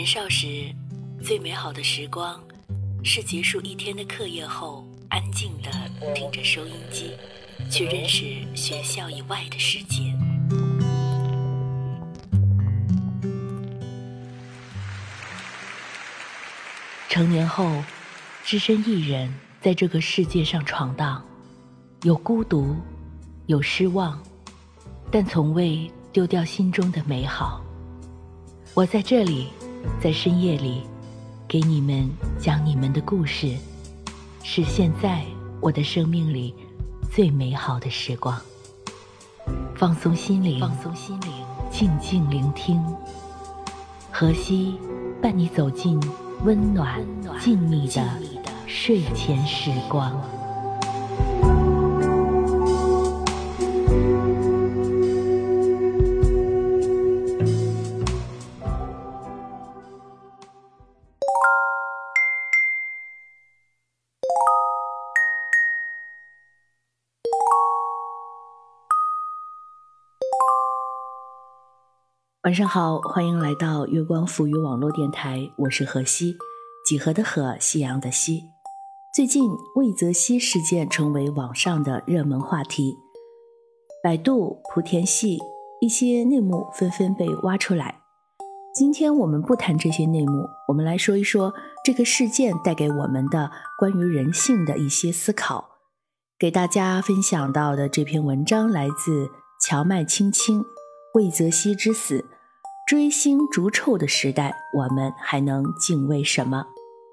年少时，最美好的时光是结束一天的课业后，安静地听着收音机，去认识学校以外的世界。成年后，只身一人在这个世界上闯荡，有孤独，有失望，但从未丢掉心中的美好。我在这里，在深夜里，给你们讲你们的故事，是现在我的生命里最美好的时光。放松心灵，静静聆听，荷西伴你走进温暖静谧的睡前时光。晚上好，欢迎来到月光浮语网络电台，我是荷西，几何的荷，夕阳的西。最近魏则西事件成为网上的热门话题，百度、莆田系一些内幕纷纷被挖出来。今天我们不谈这些内幕，我们来说一说这个事件带给我们的关于人性的一些思考。给大家分享到的这篇文章来自荞麦青青，魏则西之死，追星逐臭的时代，我们还能敬畏什么？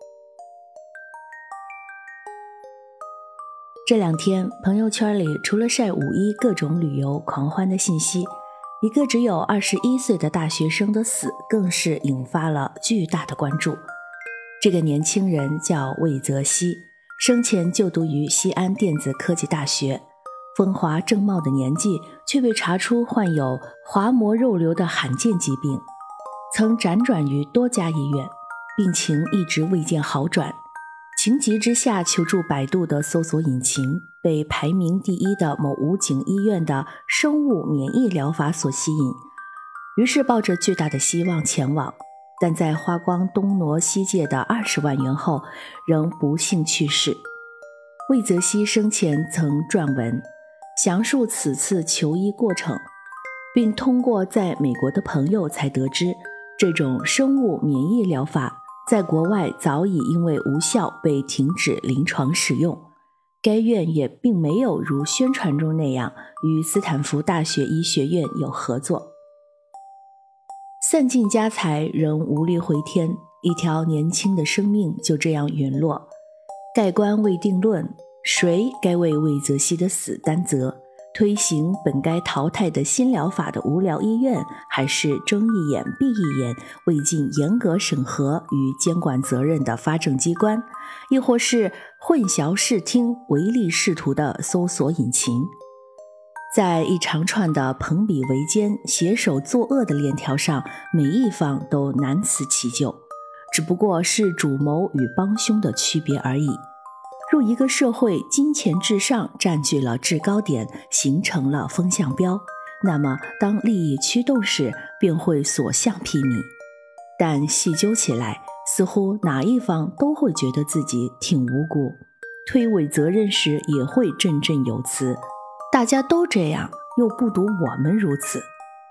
这两天朋友圈里除了晒五一各种旅游狂欢的信息，一个只有21岁的大学生的死更是引发了巨大的关注。这个年轻人叫魏则西，生前就读于西安电子科技大学，风华正茂的年纪却被查出患有滑膜肉瘤的罕见疾病，曾辗转于多家医院，病情一直未见好转。情急之下求助百度的搜索引擎，被排名第一的某武警医院的生物免疫疗法所吸引，于是抱着巨大的希望前往，但在花光东挪西借的20万元后，仍不幸去世。魏则西生前曾撰文详述此次求医过程，并通过在美国的朋友才得知，这种生物免疫疗法在国外早已因为无效被停止临床使用，该院也并没有如宣传中那样与斯坦福大学医学院有合作。散尽家财仍无力回天，一条年轻的生命就这样陨落。盖棺未定论，谁该为魏则西的死担责？推行本该淘汰的新疗法的无聊医院，还是睁一眼闭一眼未尽严格审核与监管责任的发证机关，亦或是混淆视听唯利是图的搜索引擎？在一长串的朋比为奸携手作恶的链条上，每一方都难辞其咎，只不过是主谋与帮凶的区别而已。若一个社会金钱至上占据了制高点，形成了风向标，那么当利益驱动时便会所向披靡。但细究起来，似乎哪一方都会觉得自己挺无辜，推诿责任时也会振振有词，大家都这样，又不独我们如此。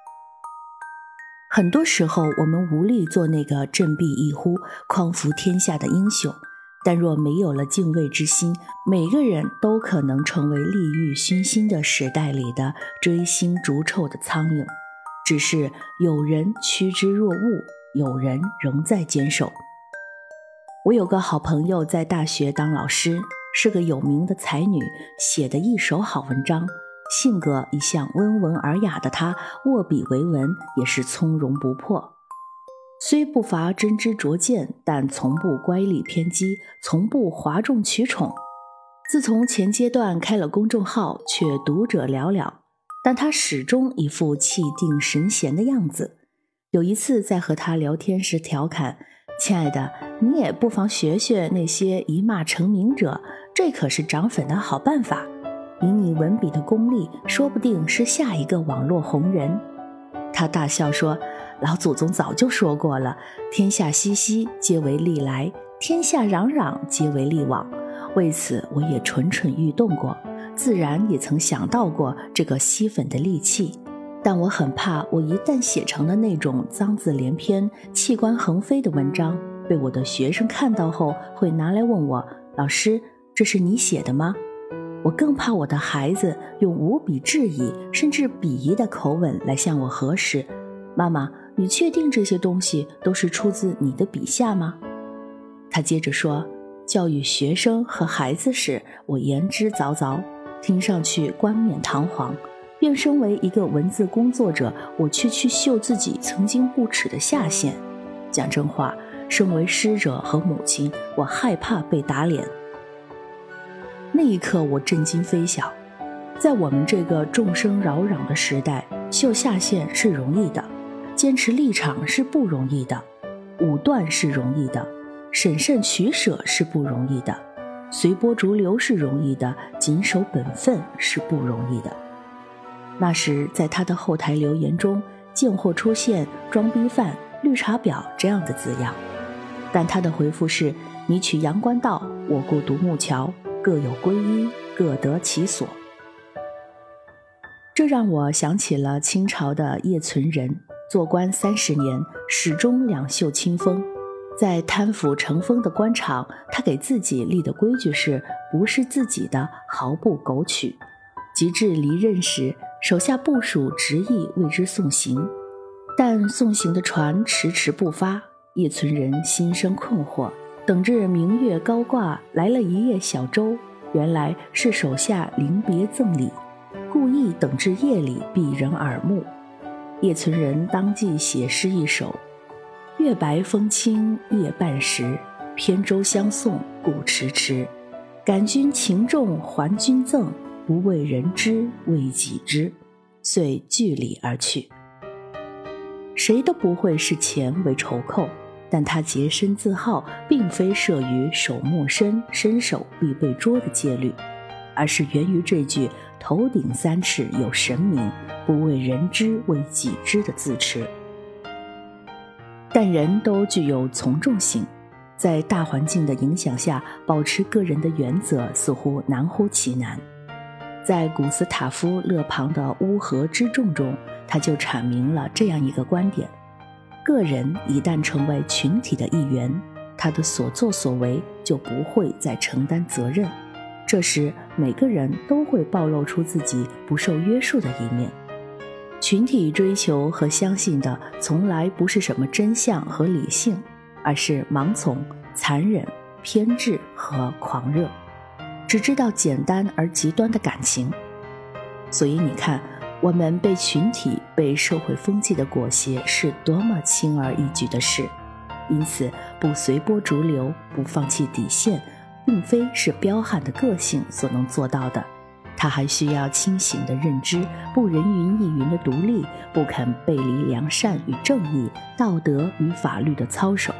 很多时候我们无力做那个振臂一呼匡扶天下的英雄，但若没有了敬畏之心，每个人都可能成为利欲熏心的时代里的追星逐臭的苍蝇，只是有人趋之若鹜，有人仍在坚守。我有个好朋友在大学当老师，是个有名的才女，写的一手好文章，性格一向温文尔雅的她，握笔为文也是从容不迫。虽不乏真知灼见，但从不乖戾偏激，从不哗众取宠。自从前阶段开了公众号，却读者寥寥，但他始终一副气定神闲的样子。有一次在和他聊天时调侃：“亲爱的，你也不妨学学那些一骂成名者，这可是涨粉的好办法。以你文笔的功力，说不定是下一个网络红人。”他大笑说：“ 老祖宗早就说过了，天下熙熙，皆为利来；天下攘攘，皆为利往。为此我也蠢蠢欲动过，自然也曾想到过这个吸粉的利器。但我很怕，我一旦写成了那种脏字连篇、器官横飞的文章，被我的学生看到后会拿来问我，老师，这是你写的吗？我更怕我的孩子用无比质疑甚至鄙夷的口吻来向我核实，妈妈，你确定这些东西都是出自你的笔下吗？他接着说，教育学生和孩子时，我言之凿凿，听上去冠冕堂皇，便身为一个文字工作者，我去秀自己曾经不耻的下限。讲真话，身为师者和母亲，我害怕被打脸。那一刻我震惊非小，在我们这个众生扰攘的时代，秀下限是容易的，坚持立场是不容易的，武断是容易的，审慎取舍是不容易的，随波逐流是容易的，谨守本分是不容易的。那时在他的后台留言中，见或出现装逼犯、绿茶婊这样的字样，但他的回复是，你取阳关道，我顾独木桥，各有归依，各得其所。这让我想起了清朝的叶存仁，做官30年，始终两袖清风。在贪腐成风的官场，他给自己立的规矩是，不是自己的毫不苟取。及至离任时，手下部属执意为之送行，但送行的船迟迟不发，叶存仁心生困惑，等至明月高挂，来了一叶小舟，原来是手下临别赠礼，故意等至夜里避人耳目。叶存仁当即写诗一首，月白风清夜半时，扁舟相送故迟迟，感君情重还君赠，不为人知为己知，遂据礼而去。谁都不会视钱为仇寇，但他洁身自好，并非摄于手莫伸，伸手必被捉的戒律，而是源于这句头顶3尺有神明，不为人知为己知的自持。但人都具有从众性，在大环境的影响下，保持个人的原则似乎难乎其难。在古斯塔夫·勒庞的《乌合之众》中，他就阐明了这样一个观点：个人一旦成为群体的一员，他的所作所为就不会再承担责任，这时每个人都会暴露出自己不受约束的一面。群体追求和相信的从来不是什么真相和理性，而是盲从、残忍、偏执和狂热，只知道简单而极端的感情。所以你看，我们被群体、被社会风气的裹挟是多么轻而易举的事。因此，不随波逐流，不放弃底线，并非是彪悍的个性所能做到的。他还需要清醒的认知，不人云亦云的独立，不肯背离良善与正义、道德与法律的操守。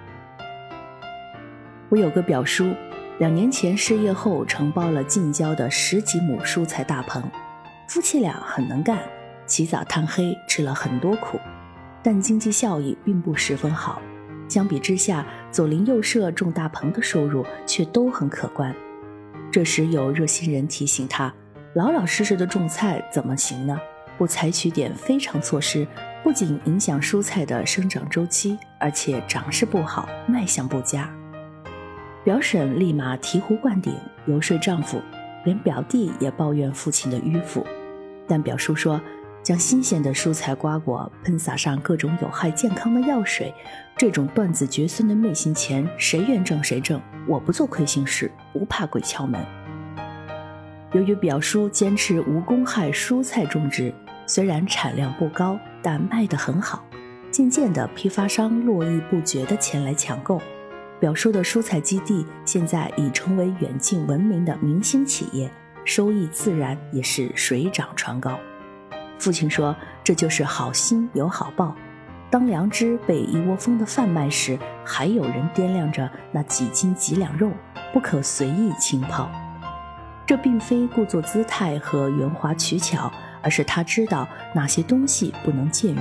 我有个表叔，2年前失业后承包了近郊的10几亩蔬菜大棚，夫妻俩很能干，起早贪黑，吃了很多苦，但经济效益并不十分好。相比之下，左邻右舍种大棚的收入却都很可观。这时有热心人提醒他，老老实实的种菜怎么行呢？不采取点非常措施，不仅影响蔬菜的生长周期，而且长势不好，卖相不佳。表婶立马醍醐灌顶，游说丈夫，连表弟也抱怨父亲的迂腐。但表叔说，将新鲜的蔬菜瓜果喷洒上各种有害健康的药水，这种断子绝孙的昧心钱，谁愿挣谁挣，我不做亏心事，不怕鬼敲门。由于表叔坚持无公害蔬菜种植，虽然产量不高，但卖得很好，渐渐的批发商络绎不绝地前来抢购。表叔的蔬菜基地现在已成为远近闻名的明星企业，收益自然也是水涨船高。父亲说，这就是好心有好报。当良知被一窝蜂的贩卖时，还有人掂量着那几斤几两肉，不可随意轻抛。这并非故作姿态和圆滑取巧，而是他知道哪些东西不能僭越，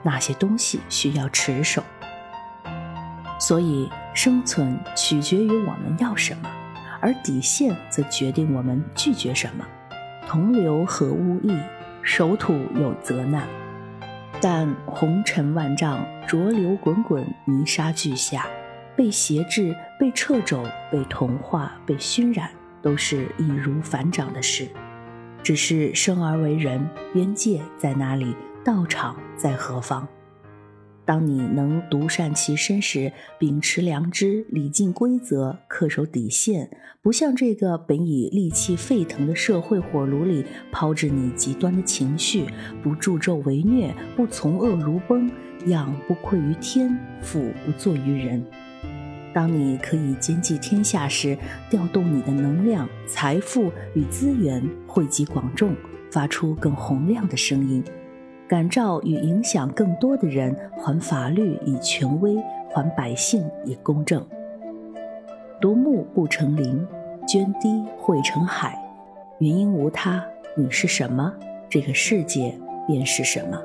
哪些东西需要持守。所以生存取决于我们要什么，而底线则决定我们拒绝什么。同流合污异，守土有责难。但红尘万丈，浊流滚滚，泥沙俱下，被挟制，被掣肘，被同化，被熏染，都是易如反掌的事。只是生而为人，边界在哪里，道场在何方？当你能独善其身时，秉持良知，礼尽规则，恪守底线，不像这个本已戾气沸腾的社会火炉里抛掷你极端的情绪，不助纣为虐，不从恶如崩，养不愧于天，俯不作于人。当你可以兼济天下时，调动你的能量、财富与资源，惠及广众，发出更洪亮的声音，感召与影响更多的人，还法律以权威，还百姓以公正。独木不成林，涓滴汇成海。原因无他，你是什么，这个世界便是什么。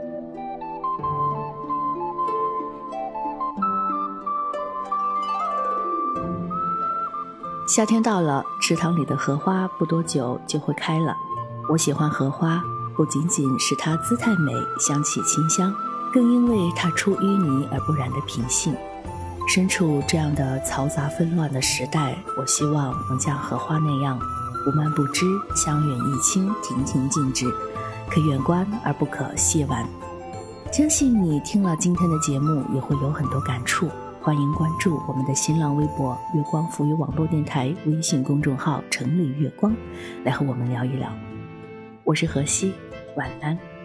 夏天到了，池塘里的荷花不多久就会开了。我喜欢荷花，不仅仅是它姿态美，香气清香，更因为它出淤泥而不染的品性。身处这样的嘈杂纷乱的时代，我希望能像荷花那样不蔓不枝，香远益清，亭亭净植，可远观而不可亵玩。相信你听了今天的节目也会有很多感触。欢迎关注我们的新浪微博月光浮语网络电台，微信公众号城里月光，来和我们聊一聊。我是荷西，晚安。